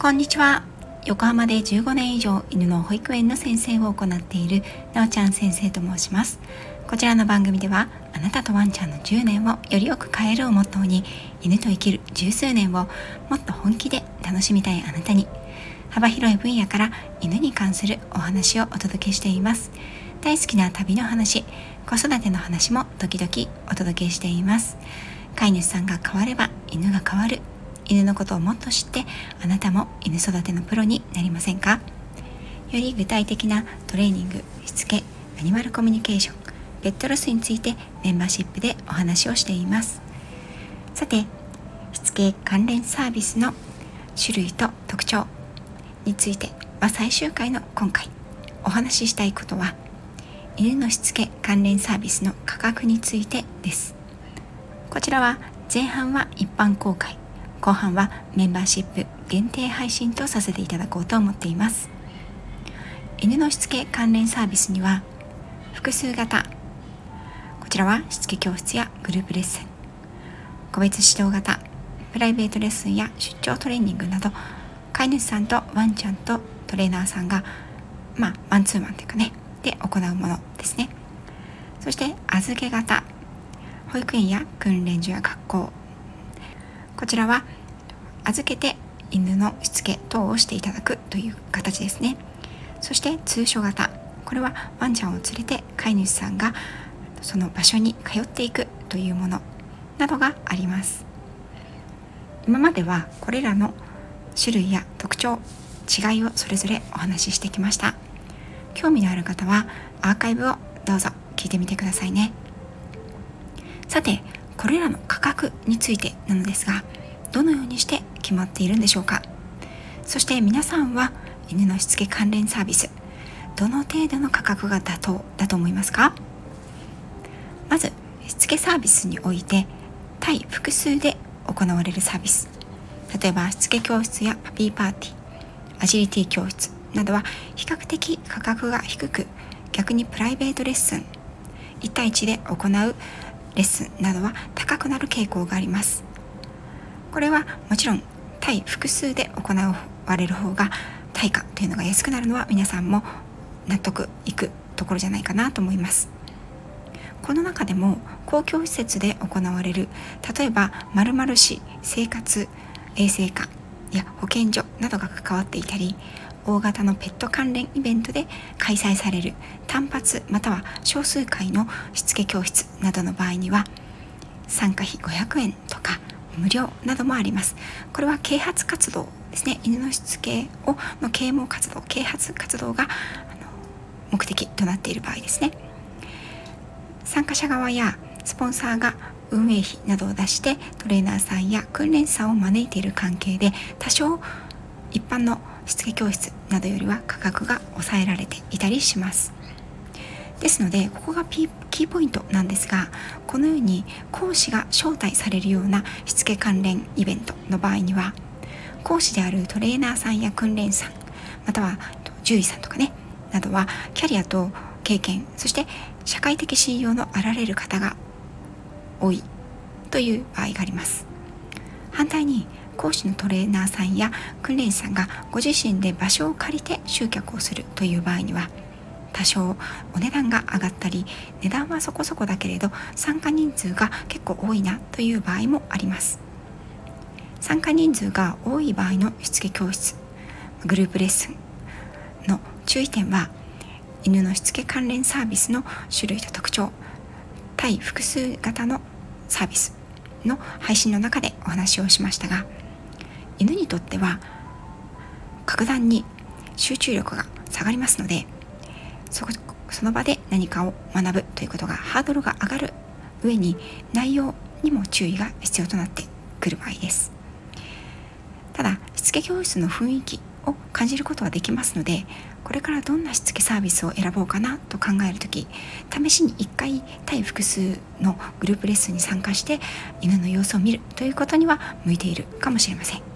こんにちは。横浜で15年以上犬の保育園の先生を行っているなおちゃん先生と申します。こちらの番組では、あなたとワンちゃんの10年をよりよく変えるをモットーに、犬と生きる十数年をもっと本気で楽しみたいあなたに、幅広い分野から犬に関するお話をお届けしています。大好きな旅の話、子育ての話も時々お届けしています。飼い主さんが変われば犬が変わる。犬のことをもっと知って、あなたも犬育てのプロになりませんか？より具体的なトレーニング、しつけ、アニマルコミュニケーション、ペットロスについてメンバーシップでお話をしています。さて、しつけ関連サービスの種類と特徴については、最終回の今回お話ししたいことは、犬のしつけ関連サービスの価格についてです。こちらは前半は一般公開、後半はメンバーシップ限定配信とさせていただこうと思っています。犬のしつけ関連サービスには複数型、こちらはしつけ教室やグループレッスン、個別指導型、プライベートレッスンや出張トレーニングなど、飼い主さんとワンちゃんとトレーナーさんがマンツーマンというかねで行うものですね。そして預け型、保育園や訓練所や学校、こちらは預けて犬のしつけ等をしていただくという形ですね。そして通所型、これはワンちゃんを連れて飼い主さんがその場所に通っていくというものなどがあります。今まではこれらの種類や特徴、違いをそれぞれお話ししてきました。興味のある方はアーカイブをどうぞ聞いてみてくださいね。さて、これらの価格についてなのですが、どのようにして決まっているんでしょうか。そして皆さんは犬のしつけ関連サービス、どの程度の価格が妥当だと思いますか？まず、しつけサービスにおいて対複数で行われるサービス、例えばしつけ教室やパピーパーティー、アジリティ教室などは比較的価格が低く、逆にプライベートレッスン、1対1で行うレッスンなどは高くなる傾向があります。これはもちろん対複数で行われる方が対価というのが安くなるのは皆さんも納得いくところじゃないかなと思います。この中でも公共施設で行われる、例えば〇〇市生活衛生課や保健所などが関わっていたり、大型のペット関連イベントで開催される単発または少数回のしつけ教室などの場合には、参加費500円とか無料などもあります。これは啓発活動ですね。犬のしつけの啓蒙活動、啓発活動が目的となっている場合ですね。参加者側やスポンサーが運営費などを出してトレーナーさんや訓練士さんを招いている関係で、多少一般のしつけ教室などよりは価格が抑えられていたりします。ですので、ここがキーポイントなんですが、このように講師が招待されるようなしつけ関連イベントの場合には、講師であるトレーナーさんや訓練士さん、または獣医さんとかねなどはキャリアと経験、そして社会的信用のあられる方が多いという場合があります。反対に講師のトレーナーさんや訓練士さんがご自身で場所を借りて集客をするという場合には、多少お値段が上がったり、値段はそこそこだけれど参加人数が結構多いなという場合もあります。参加人数が多い場合のしつけ教室、グループレッスンの注意点は、犬のしつけ関連サービスの種類と特徴、対複数型のサービスの配信の中でお話をしましたが、犬にとっては格段に集中力が下がりますので、その場で何かを学ぶということがハードルが上がる上に、内容にも注意が必要となってくる場合です。ただ、しつけ教室の雰囲気を感じることはできますので、これからどんなしつけサービスを選ぼうかなと考えるとき、試しに1回対複数のグループレッスンに参加して犬の様子を見るということには向いているかもしれません。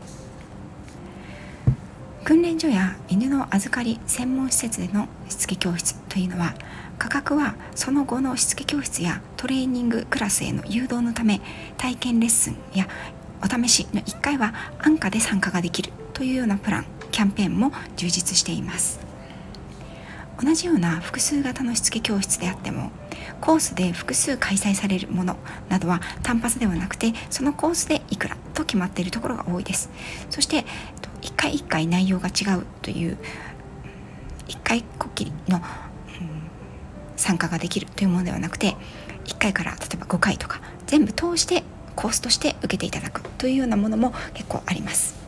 訓練所や犬の預かり専門施設でのしつけ教室というのは、価格はその後のしつけ教室やトレーニングクラスへの誘導のため、体験レッスンやお試しの1回は安価で参加ができるというようなプラン、キャンペーンも充実しています。同じような複数型のしつけ教室であっても、コースで複数開催されるものなどは単発ではなくて、そのコースでいくらと決まっているところが多いです。そして一回一回内容が違うという一回こっきりの、参加ができるというものではなくて、1回から例えば5回とか全部通してコースとして受けていただくというようなものも結構あります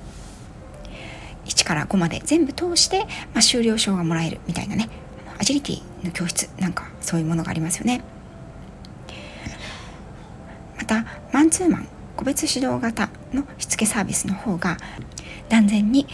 。1から5まで全部通して、修了証がもらえるみたいなね、アジリティの教室なんかそういうものがありますよね。またマンツーマン個別指導型のしつけサービスの方が断然に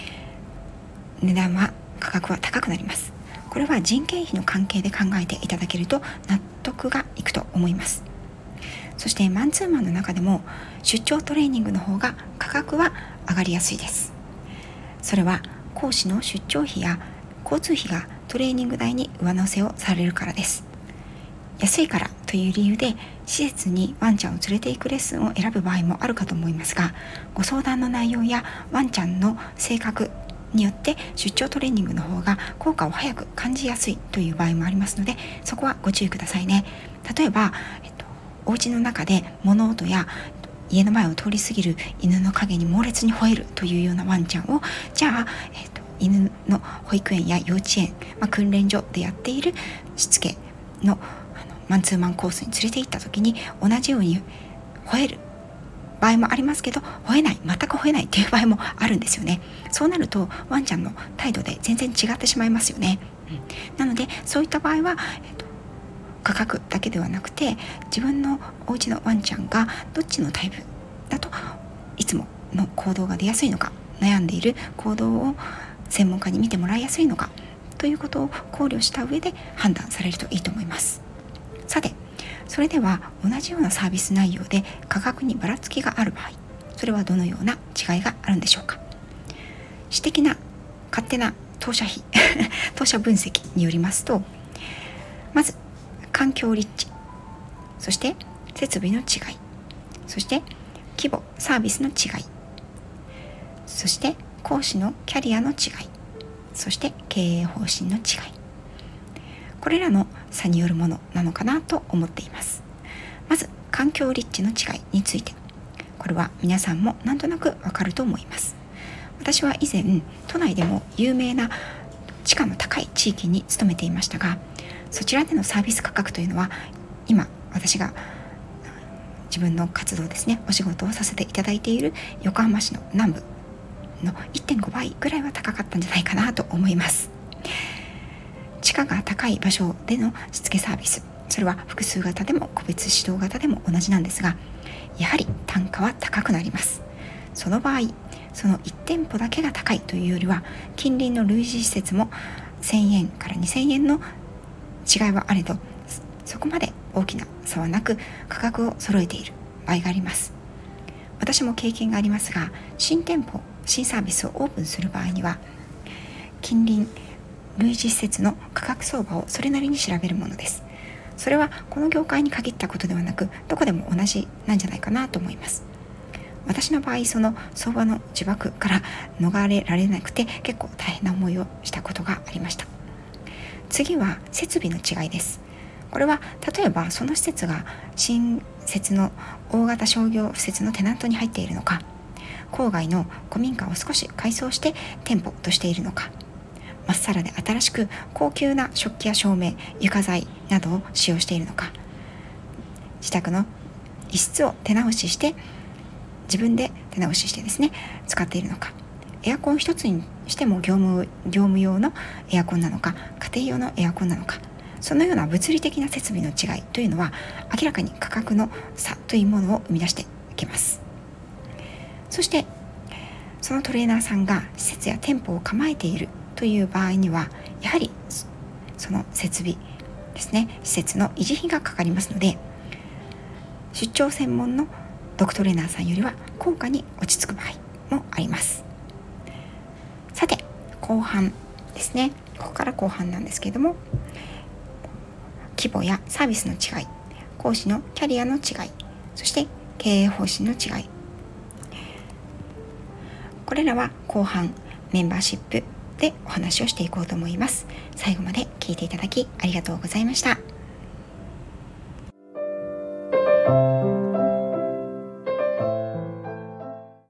価格は高くなります。これは人件費の関係で考えていただけると納得がいくと思います。そしてマンツーマンの中でも出張トレーニングの方が価格は上がりやすいです。それは講師の出張費や交通費がトレーニング代に上乗せをされるからです。安いからという理由で施設にワンちゃんを連れて行くレッスンを選ぶ場合もあるかと思いますが、ご相談の内容やワンちゃんの性格によって出張トレーニングの方が効果を早く感じやすいという場合もありますので、そこはご注意くださいね。例えば、お家の中で物音や家の前を通り過ぎる犬の影に猛烈に吠えるというようなワンちゃんを、じゃあ、犬の保育園や幼稚園、訓練所でやっているしつけのマンツーマンコースに連れて行った時に同じように吠える場合もありますけど、全く吠えないっていう場合もあるんですよね。そうなるとワンちゃんの態度で全然違ってしまいますよね。なのでそういった場合は、価格だけではなくて、自分のお家のワンちゃんがどっちのタイプだといつもの行動が出やすいのか、悩んでいる行動を専門家に見てもらいやすいのかということを考慮した上で判断されるといいと思います。さて、それでは同じようなサービス内容で価格にばらつきがある場合、それはどのような違いがあるんでしょうか。私的な勝手な当社費当社分析によりますと、まず環境立地、そして設備の違い、そして規模サービスの違い、そして講師のキャリアの違い、そして経営方針の違い、これらの差によるものなのかなと思っています。まず環境立地の違いについて、これは皆さんもなんとなくわかると思います。私は以前都内でも有名な地価の高い地域に勤めていましたが、そちらでのサービス価格というのは今私が自分の活動ですね、お仕事をさせていただいている横浜市の南部の 1.5 倍ぐらいは高かったんじゃないかなと思います。地価が高い場所でのしつけサービス、それは複数型でも個別指導型でも同じなんですが、やはり単価は高くなります。その場合、その1店舗だけが高いというよりは、近隣の類似施設も1000円から2000円の違いはあれど、そこまで大きな差はなく価格を揃えている場合があります。私も経験がありますが、新店舗、新サービスをオープンする場合には、近隣類似施設の価格相場をそれなりに調べるものです。それはこの業界に限ったことではなく、どこでも同じなんじゃないかなと思います。私の場合、その相場の呪縛から逃れられなくて結構大変な思いをしたことがありました。次は設備の違いです。これは例えばその施設が新設の大型商業施設のテナントに入っているのか、郊外の古民家を少し改装して店舗としているのか、まっさらで新しく高級な食器や照明、床材などを使用しているのか、自宅の一室を手直しして自分で手直ししてですね使っているのか、エアコン一つにしても業務用のエアコンなのか、家庭用のエアコンなのか、そのような物理的な設備の違いというのは明らかに価格の差というものを生み出していきます。そしてそのトレーナーさんが施設や店舗を構えているという場合には、やはりその設備ですね、施設の維持費がかかりますので、出張専門のドッグトレーナーさんよりは高価に落ち着く場合もあります。さて、後半ですね。ここから後半なんですけれども、規模やサービスの違い、講師のキャリアの違い、そして経営方針の違い、これらは後半メンバーシップでお話をしていこうと思います。最後まで聞いていただきありがとうございました。